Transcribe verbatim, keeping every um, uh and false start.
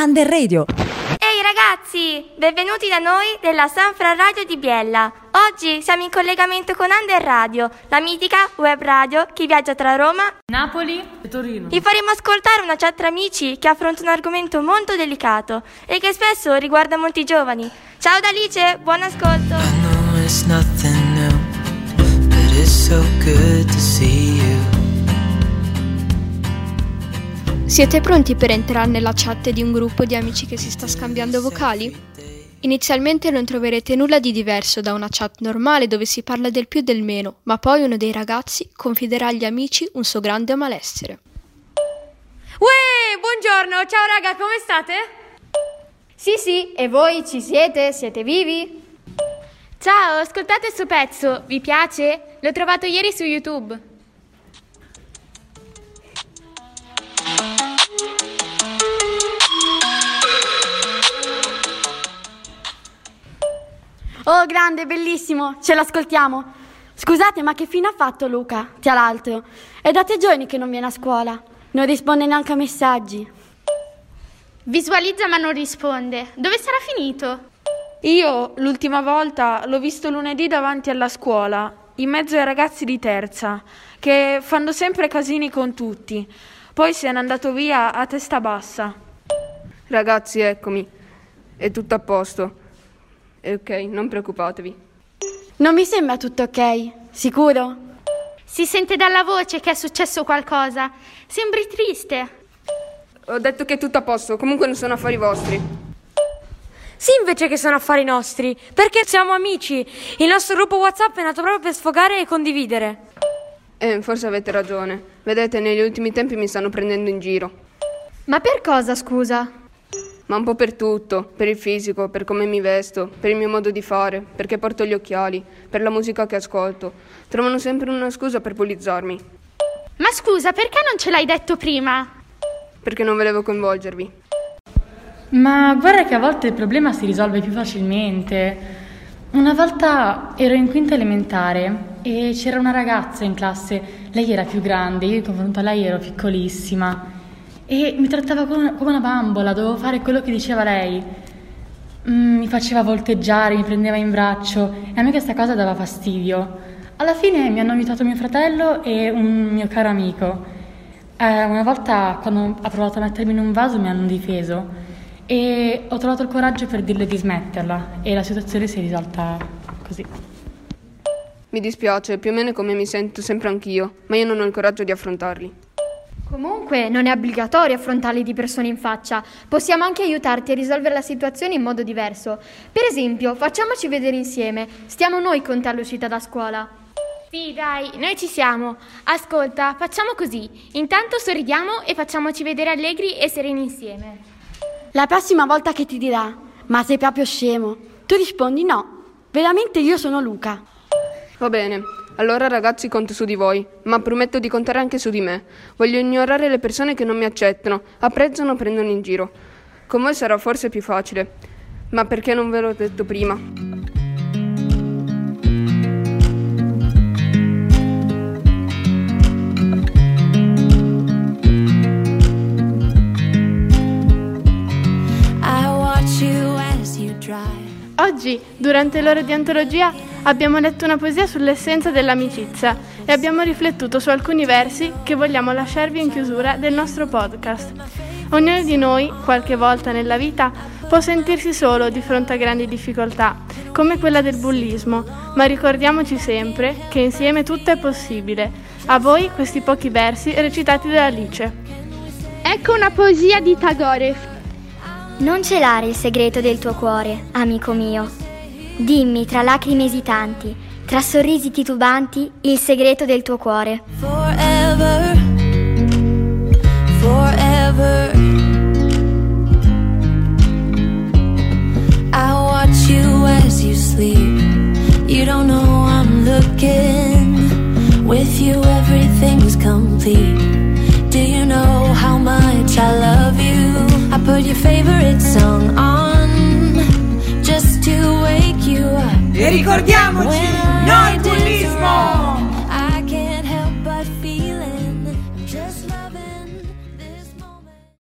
Under Radio. Ehi ragazzi, benvenuti da noi della Sanfra Radio di Biella. Oggi siamo in collegamento con Under Radio, la mitica web radio che viaggia tra Roma, Napoli e Torino. Vi faremo ascoltare una chat tra amici che affronta un argomento molto delicato e che spesso riguarda molti giovani. Ciao da Alice, buon ascolto. I know it's nothing new, but it's so good to see you. Siete pronti per entrare nella chat di un gruppo di amici che si sta scambiando vocali? Inizialmente non troverete nulla di diverso da una chat normale dove si parla del più e del meno, ma poi uno dei ragazzi confiderà agli amici un suo grande malessere. Uè, buongiorno, ciao raga, come state? Sì, sì, e voi ci siete? Siete vivi? Ciao, ascoltate questo pezzo, vi piace? L'ho trovato ieri su YouTube. Oh, grande, bellissimo, ce l'ascoltiamo. Scusate, ma che fine ha fatto Luca, tra l'altro? È da tre giorni che non viene a scuola, non risponde neanche a messaggi. Visualizza ma non risponde. Dove sarà finito? Io, l'ultima volta, l'ho visto lunedì davanti alla scuola, in mezzo ai ragazzi di terza, che fanno sempre casini con tutti. Poi se n'è andato via a testa bassa. Ragazzi, eccomi. È tutto a posto. È ok, non preoccupatevi. Non mi sembra tutto ok, sicuro? Si sente dalla voce che è successo qualcosa. Sembri triste. Ho detto che è tutto a posto, comunque non sono affari vostri. Sì, invece che sono affari nostri, perché siamo amici. Il nostro gruppo WhatsApp è nato proprio per sfogare e condividere. Eh, forse avete ragione. Vedete, negli ultimi tempi mi stanno prendendo in giro. Ma per cosa, scusa? Ma un po' per tutto, per il fisico, per come mi vesto, per il mio modo di fare, perché porto gli occhiali, per la musica che ascolto. Trovano sempre una scusa per bullizzarmi. Ma scusa, perché non ce l'hai detto prima? Perché non volevo coinvolgervi. Ma guarda che a volte il problema si risolve più facilmente. Una volta ero in quinta elementare e c'era una ragazza in classe. Lei era più grande, io in confronto a lei ero piccolissima. E mi trattava come una bambola, dovevo fare quello che diceva lei. Mm, mi faceva volteggiare, mi prendeva in braccio e a me questa cosa dava fastidio. Alla fine mi hanno aiutato mio fratello e un mio caro amico. Eh, una volta, quando ha provato a mettermi in un vaso, mi hanno difeso e ho trovato il coraggio per dirle di smetterla e la situazione si è risolta così. Mi dispiace, più o meno come mi sento sempre anch'io, ma io non ho il coraggio di affrontarli. Comunque non è obbligatorio affrontarli di persona in faccia, possiamo anche aiutarti a risolvere la situazione in modo diverso. Per esempio, facciamoci vedere insieme, stiamo noi con te all'uscita da scuola. Sì, dai, noi ci siamo. Ascolta, facciamo così, intanto sorridiamo e facciamoci vedere allegri e sereni insieme. La prossima volta che ti dirà, ma sei proprio scemo, tu rispondi no, veramente io sono Luca. Va bene. Allora ragazzi, conto su di voi, ma prometto di contare anche su di me. Voglio ignorare le persone che non mi accettano, apprezzano o prendono in giro. Con voi sarà forse più facile, ma perché non ve l'ho detto prima? Oggi, durante l'ora di antologia, abbiamo letto una poesia sull'essenza dell'amicizia e abbiamo riflettuto su alcuni versi che vogliamo lasciarvi in chiusura del nostro podcast. Ognuno di noi, qualche volta nella vita, può sentirsi solo di fronte a grandi difficoltà, come quella del bullismo, ma ricordiamoci sempre che insieme tutto è possibile. A voi questi pochi versi recitati da Alice. Ecco una poesia di Tagore. Non celare il segreto del tuo cuore, amico mio. Dimmi tra lacrime esitanti, tra sorrisi titubanti, il segreto del tuo cuore. Forever, forever. I watch you as you sleep. You don't know I'm looking. With you everything's complete. Do you know how much I love you? I put your favorite song on just to wake you up. E ricordiamoci